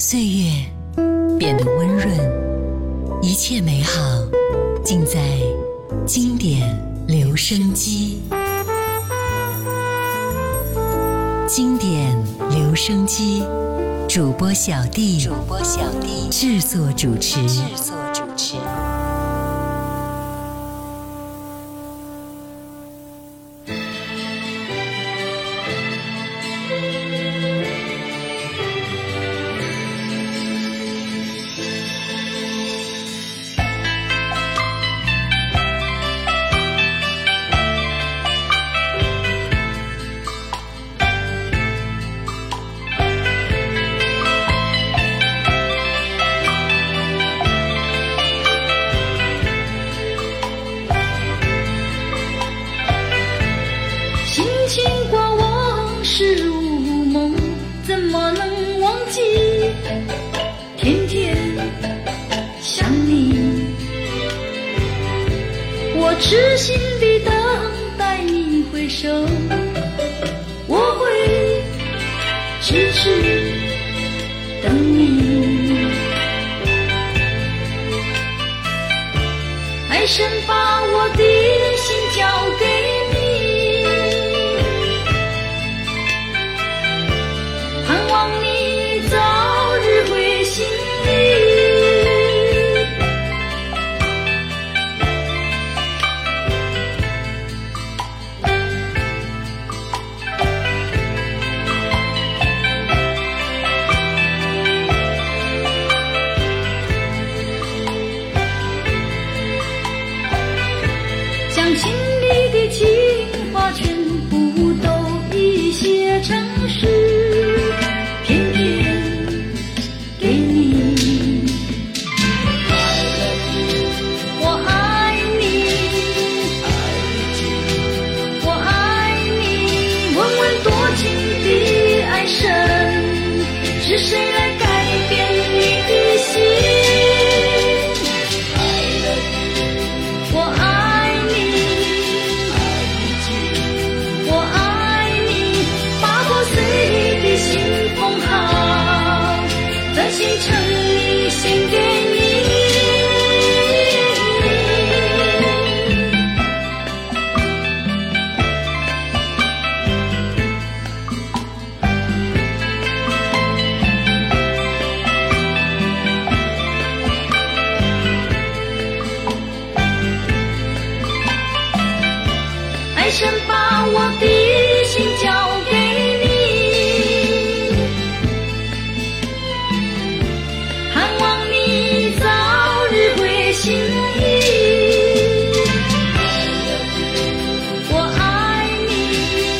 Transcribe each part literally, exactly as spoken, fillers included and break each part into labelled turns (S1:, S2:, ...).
S1: 岁月变得温润，一切美好尽在经典留声机。经典留声机，主播小弟，主播小弟制作主持，制作主持。
S2: 痴心地等待你回首，我会痴痴等你。爱神把我的心交给你，盼望你早日会心意。将心里的情话全部都已写成诗，偏偏给你。我爱你，我爱你，问问多情的爱神，是谁来改变你的心？我爱你，心诚意献给你。爱神把我的心交给你，心意。我爱你，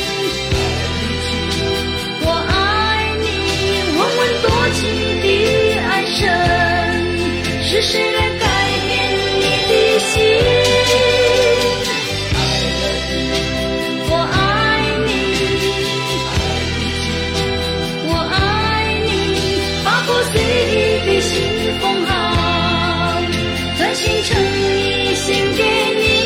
S2: 我爱你，问问多情的爱神，是谁来改变你的心？我爱你，我爱你，把破碎的心缝好，专心诚意献给你。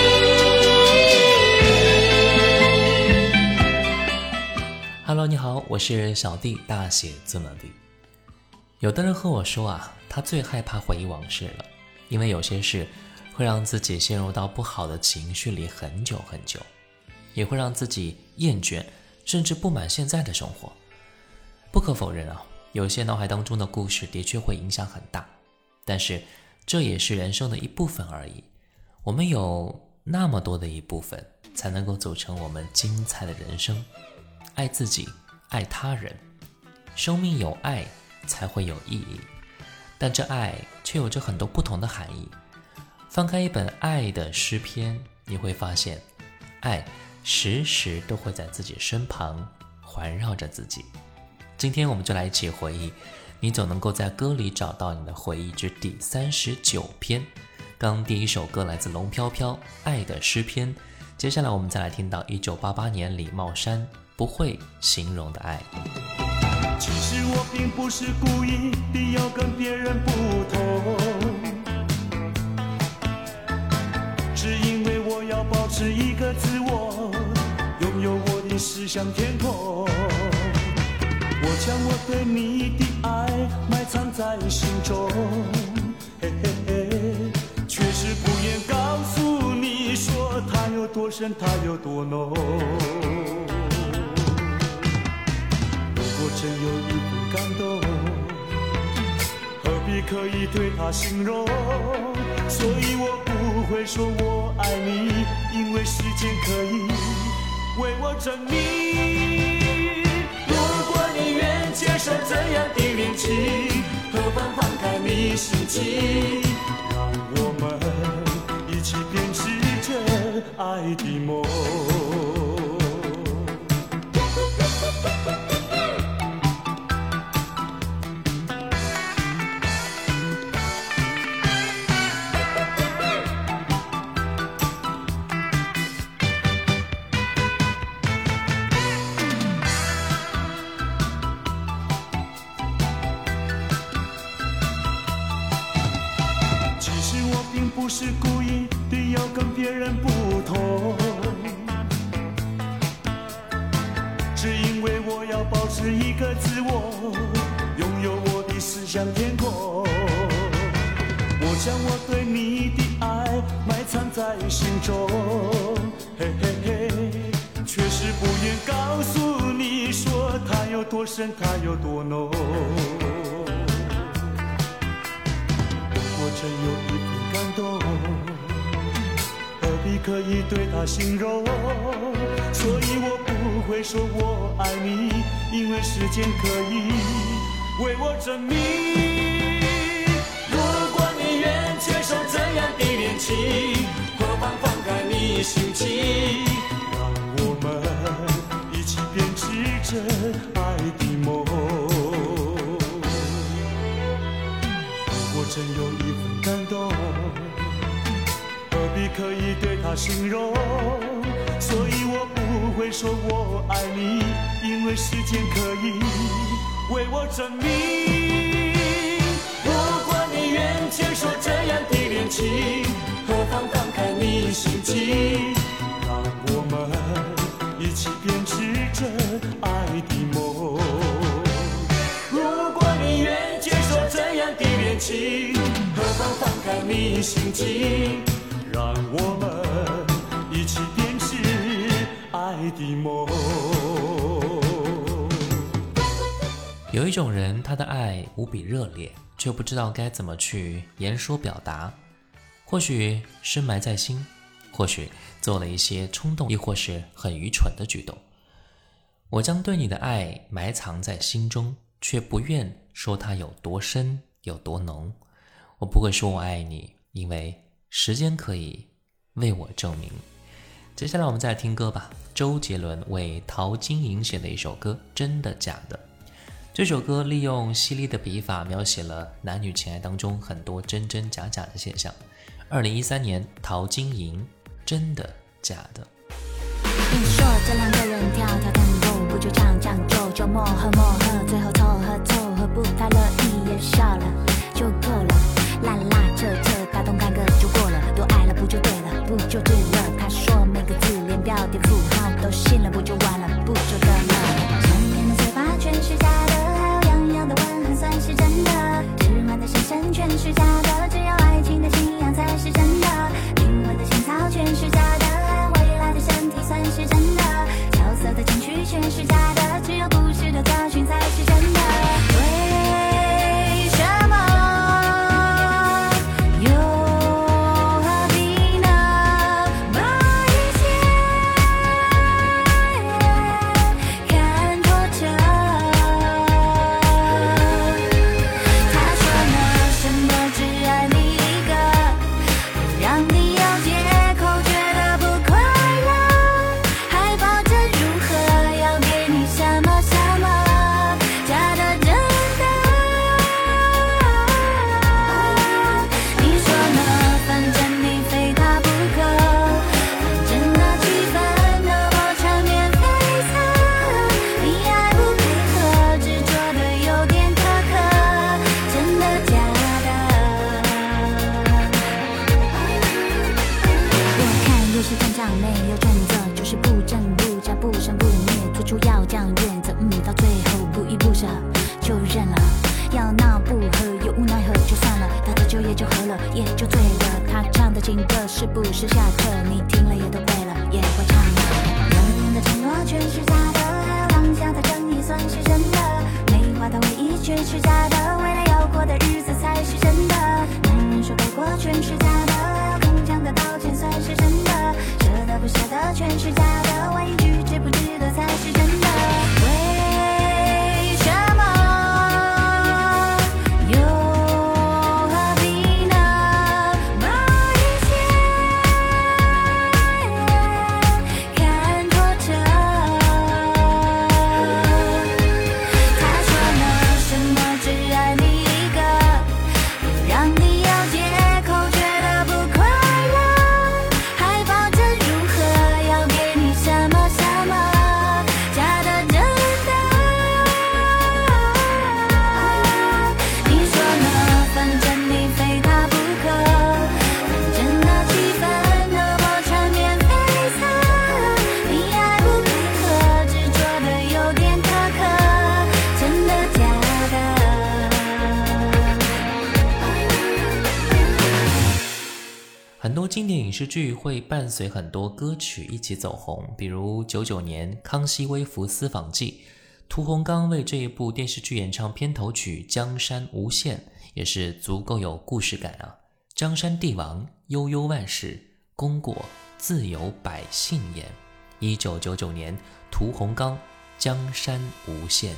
S3: Hello， 你好，我是小弟，大写字母弟。有的人和我说啊，他最害怕回忆往事了，因为有些事会让自己陷入到不好的情绪里很久很久，也会让自己厌倦，甚至不满现在的生活。不可否认啊，有些脑海当中的故事的确会影响很大，但是这也是人生的一部分而已。我们有那么多的一部分，才能够组成我们精彩的人生。爱自己，爱他人，生命有爱才会有意义，但这爱却有着很多不同的含义。翻开一本爱的诗篇，你会发现，爱时时都会在自己身旁环绕着自己。今天我们就来一起回忆，你总能够在歌里找到你的回忆之第三十九篇。刚第一首歌来自龙飘飘，爱的诗篇。接下来我们再来听到一九八八年李茂山不会形容的爱。
S4: 其实我并不是故意的要跟别人不同，只因为我要保持一个自我，拥有我的思想天空。我将我对你的爱在心中，嘿嘿嘿，却是不愿告诉你说它有多深，它有多浓。如果真有一份感动，何必刻意对它形容？所以我不会说我爱你，因为时间可以为我证明。如果你愿接受这样的恋情，何妨放开你心情，让我们一起编织着爱的梦。不是故意的要跟别人不同，只因为我要保持一个自我，拥有我的思想天空。我将我对你的爱埋藏在心中，嘿嘿嘿，却是不愿告诉你说它有多深，它有多浓。我真有一份感动，何必刻意对它形容？所以我不会说我爱你，因为时间可以为我证明。如果你愿接受这样的恋情，何妨放开你心情，让我们一起编织着爱的梦。如果真有一份感动，何必刻意对它形容？所以我不会说我爱你，因为时间可以为我证明。如果你愿接受这样的恋情，何妨放开你心情，让我们一起编织着爱的梦。如果你愿接受这样的恋情，何妨放开你心情，让我们一起编织爱的梦。
S3: 有一种人，他的爱无比热烈，却不知道该怎么去言说表达，或许深埋在心，或许做了一些冲动亦或是很愚蠢的举动。我将对你的爱埋藏在心中，却不愿说它有多深有多浓。我不会说我爱你，因为时间可以为我证明。接下来我们再来听歌吧，周杰伦为陶晶莹写的一首歌《真的假的》。这首歌利用犀利的笔法描写了男女情爱当中很多真真假假的现象。二零一三年，陶晶莹《真的假的》。
S5: 你说这两个人跳跳探戈，不就唱唱就就磨合磨合，最后凑合凑合，不太乐意也笑了就够了，拉拉扯扯，感动感觉就过了，多爱了不就对了，不就对了。他说每个字连标点符号都信了，不就完了，不就得了。前面的嘴巴全是假的，还有样样的吻痕算是真的，直男的心声全是假的，只有爱情的信仰才是真的，灵魂的情操全是假的，还有未来的身体算是真的，角色的情绪全是假的，只有故事的教训才是真的。 就喝了，也就醉了。他唱的情歌是不是下课？你听了也都会了，也会唱了。有人的承诺全是假的，还有放下的正义算是真的。美化的回忆却是假的，未来要过的日子才是真的。男人说背过全是假的，还有铿锵的道歉算是真的。舍得不舍得全是假的，万一句值不值得才是真的。为什么又何必呢？把一切看透彻。他说了什么只爱你一个，不让你有借口觉得不快乐，还保证如何要给你什么什么，假的真的。你说呢？反正你非他不可，反正那气氛那么缠绵悱恻，你爱不配合，执着的有点苛刻，真的假的？
S3: 很多经典影视剧会伴随很多歌曲一起走红，比如九九年《康熙微服私访记》，屠洪刚为这一部电视剧演唱片头曲《江山无限》，也是足够有故事感啊。江山帝王，悠悠万世，功过自有百姓言。一九九九年，屠洪刚《江山无限》。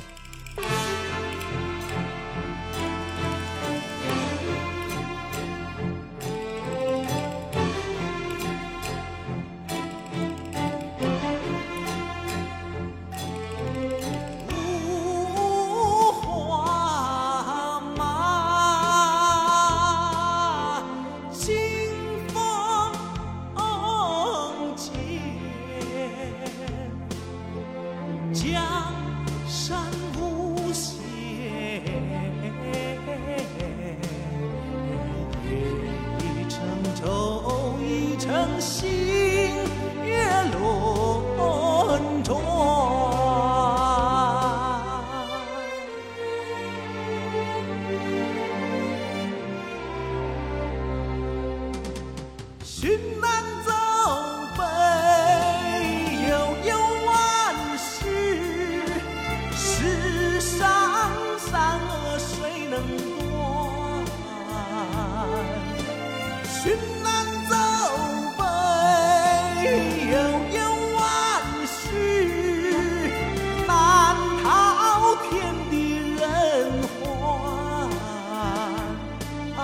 S4: 如花马，清风间，江山无限，一程愁，一程心，月轮转。寻难走北，悠悠万事，世上善恶谁能断？寻难走北，悠悠万事，难逃天地人寰。啊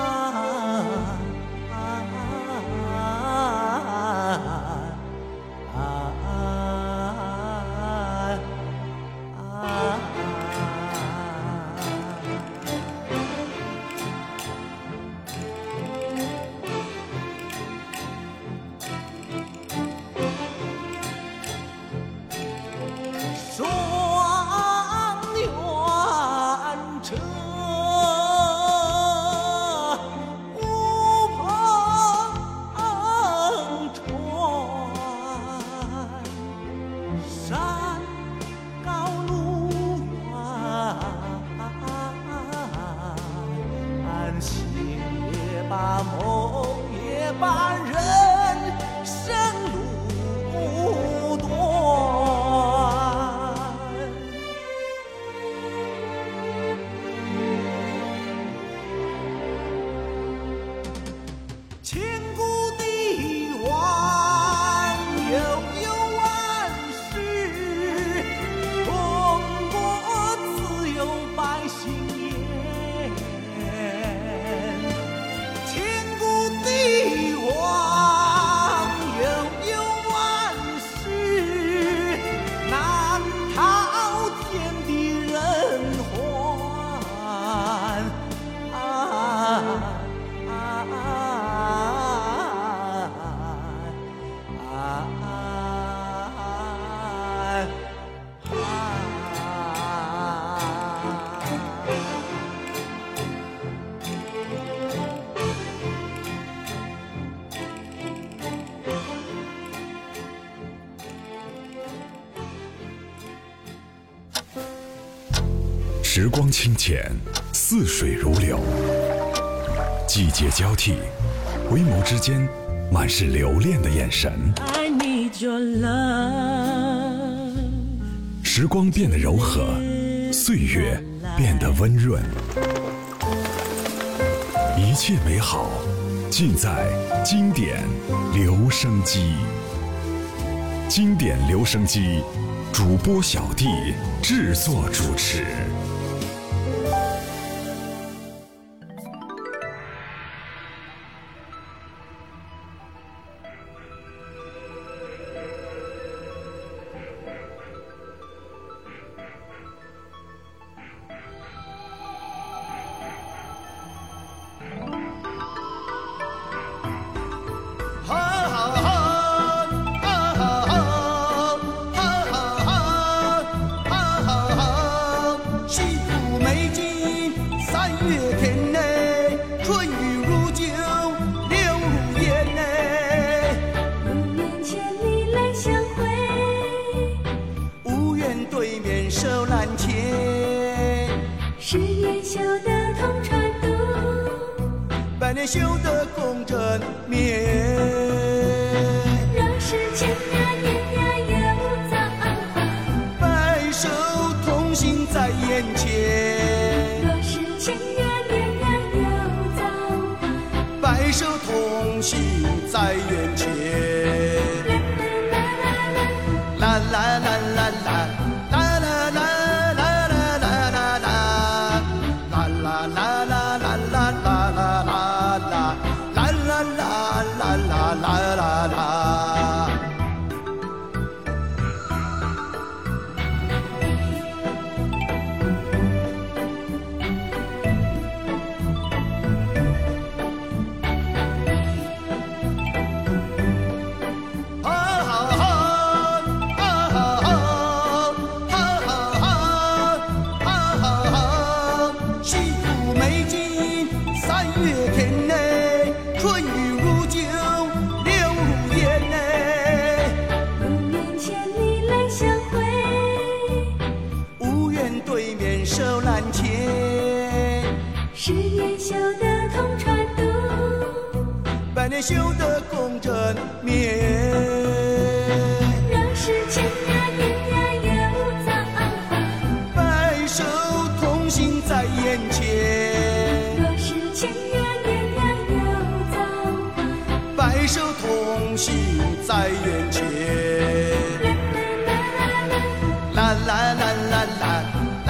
S4: 双辕车，乌篷船，山高路远，情也罢，梦也罢，人生路短。千古帝王，悠悠万世，功过自有百姓言。千古帝王，悠悠万世，难逃天地人寰。啊啊
S6: 时光清浅，似水如流， 季节交替，回眸之间满是留恋的眼神。
S2: I need your love。
S6: 时光变得柔和，岁月变得温润，一切美好尽在经典留声机。经典留声机，主播小弟制作主持。
S7: 修得共枕眠，
S2: 若是千呀年呀又早，
S7: 白首同行在眼前。
S2: 若是千呀年呀又早，
S7: 白首同行在眼前。啦啦啦啦啦。修得共枕眠，
S2: 若是千呀年呀又早，
S7: 白首同行在眼前。
S2: 若是千呀年呀又早，
S7: 白首同行在眼前。啦啦啦啦啦。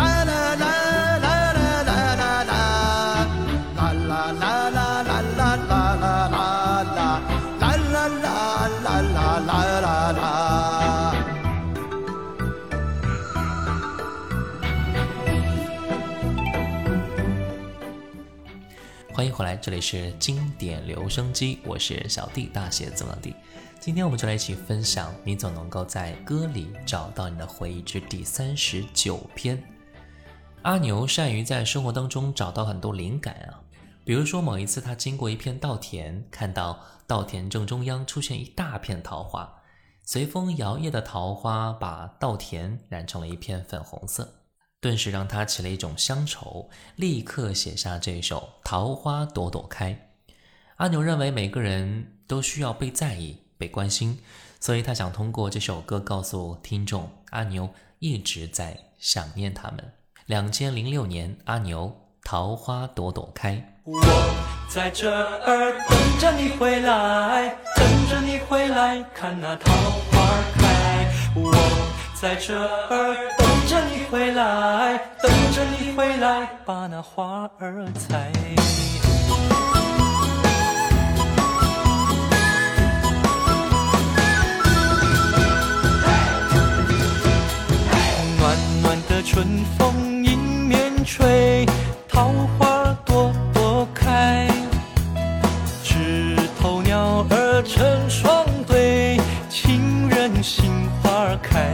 S3: 欢迎回来，这里是经典留声机，我是小弟，大写字母的弟。今天我们就来一起分享你总能够在歌里找到你的回忆之第三十九篇。阿牛善于在生活当中找到很多灵感啊，比如说某一次他经过一片稻田，看到稻田正中央出现一大片桃花，随风摇曳的桃花把稻田染成了一片粉红色，顿时让他起了一种乡愁，立刻写下这首《桃花朵朵开》。阿牛认为每个人都需要被在意、被关心，所以他想通过这首歌告诉听众，阿牛一直在想念他们。二千零六年，阿牛《桃花朵朵开》。
S4: 我在这儿等着你回来，等着你回来，看那桃花开。我在这儿等着你回来，等着你回来，把那花儿采。暖暖的春风迎面吹，桃花朵朵开，枝头鸟儿成双对，情人心花开。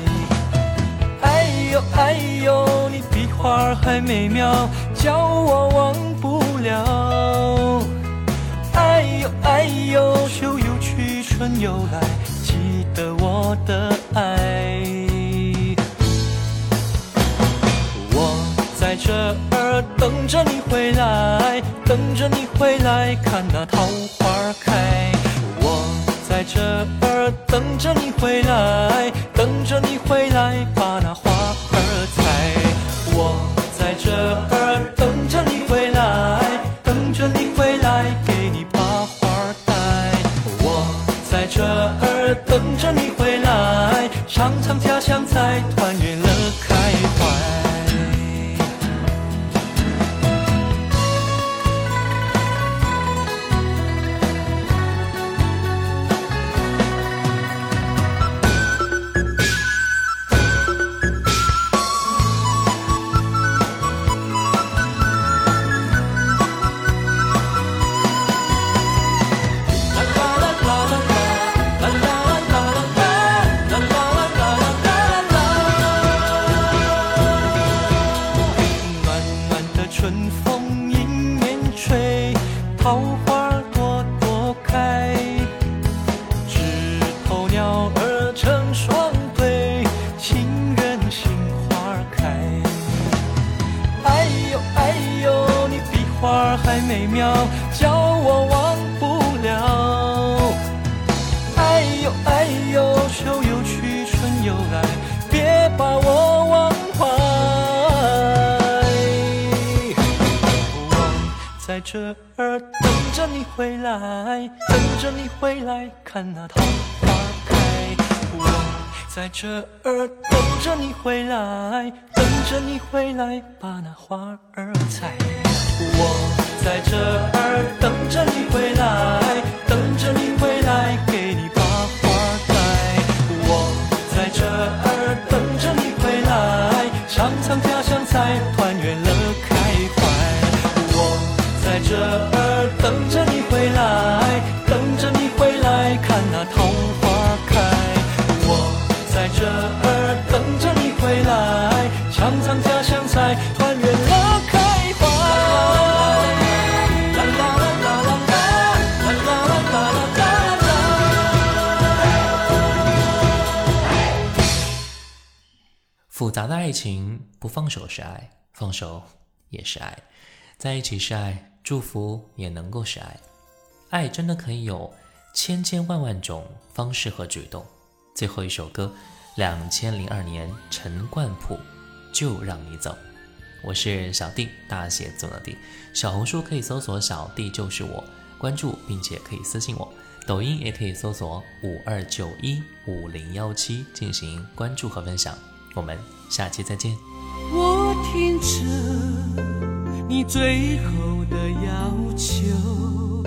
S4: 哎呦哎呦，你比花还美妙，叫我忘不了。哎呦哎呦，秋又去春又来，记得我的爱。我在
S8: 这儿等着你回来，等着你回来看那桃花开。我在这儿等着你回来，等着你回来把那花儿采。我在这儿等着你回来，等着你回来给你把花儿带。我在这儿等着你回来，尝尝家乡菜，团圆乐开怀。叫我忘不了，哎呦哎呦，秋又去春又来，别把我忘怀。我在这儿等着你回来，等着你回来看那桃花开。我在这儿等着你回来，等着你回来把那花儿采。我在这儿等着你回来，等着你回来给你把花带。我在这儿等着你回来，尝尝家乡菜，团圆乐开怀。我在这儿等着你回来，等着你回来看那桃花开。我在这儿等着你回来，尝尝家乡菜，团圆乐开怀。
S3: 复杂的爱情，不放手是爱，放手也是爱，在一起是爱，祝福也能够是爱。爱真的可以有千千万万种方式和举动。最后一首歌，两千零二年陈冠甫，就让你走。我是小弟，大写字母的弟。小红书可以搜索小弟就是我，关注并且可以私信我。抖音也可以搜索五二九一五零一七进行关注和分享。我们下期再见。
S7: 我听着你最后的要求，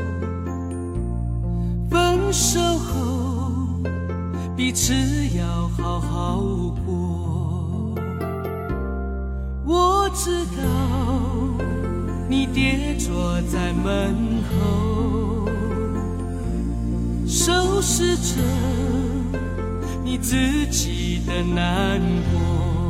S7: 分手后彼此要好好过。我知道你跌坐在门后，收拾着你自己的难过。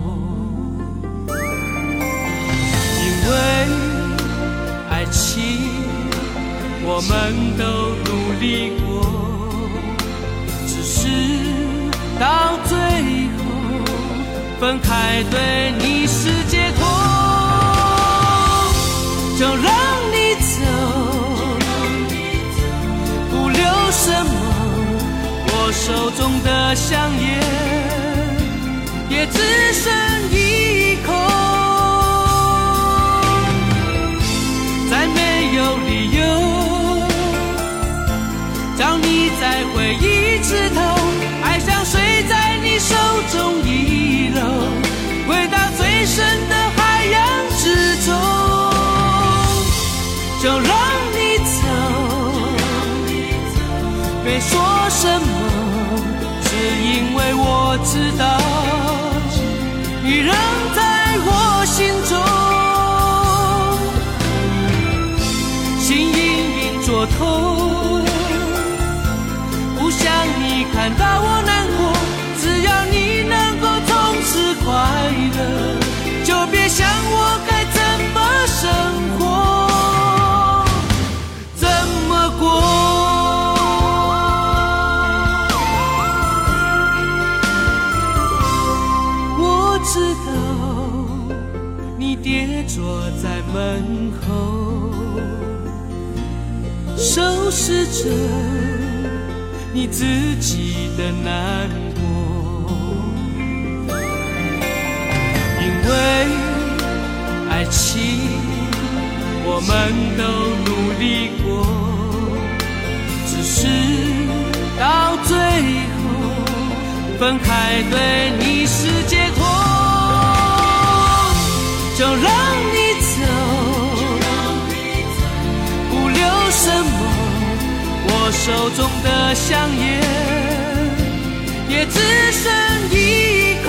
S7: 因为爱情我们都努力过，只是到最后分开对你是解脱。就让你走，不留什么，我手中的香烟也只剩一口。再没有理由让你在回忆枝头，爱像水在你手中遗漏，回到最深的海洋之中。就让你走，别说什么，只因为我知道你仍在我心中。心隐隐作痛，不想你看到我难过，只要你能够从此快乐，就别想我该怎么生活，怎么过。我知道你跌坐收拾着你自己的难过，因为爱情我们都努力过，只是到最后分开对你是解脱，就让你走，不留什么，我手中的香烟也只剩一口，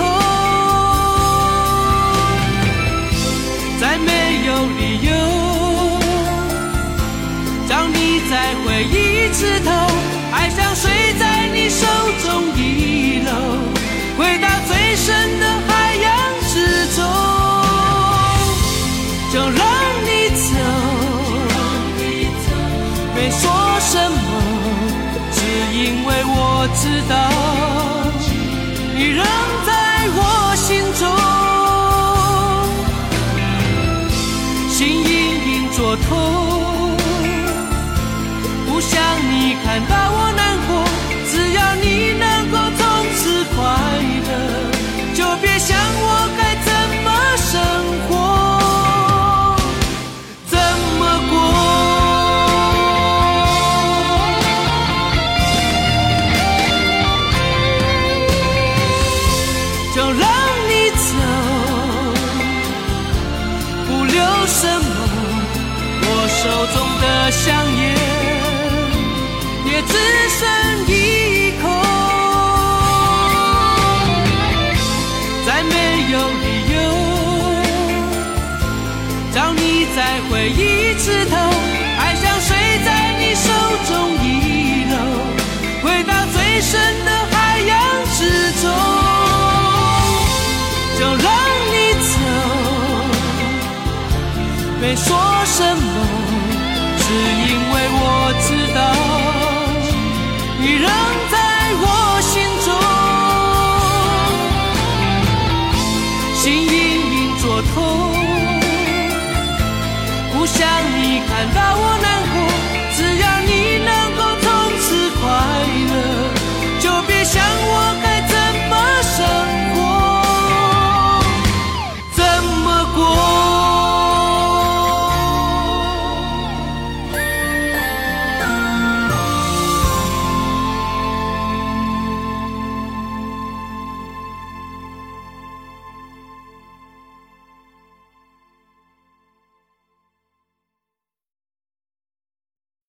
S7: 再没有理由让你再回一次头，爱像水在你手中遗漏，回到最深的海洋之中，就让你走，没说什么，只因为我知道你仍在我心中，心隐隐作痛，不想你看到我难过，只要你能够从此快乐，就别想我该怎么生活，怎么过。就让你走，不留什么，我手中的香烟也只剩一口，再没有理由让你再回一次头，爱像水在你手中遗漏，回到最深的海洋之中，就让你走，没说什么，只因为我知道你仍在我心中，心隐隐作痛，不想你看到我难过，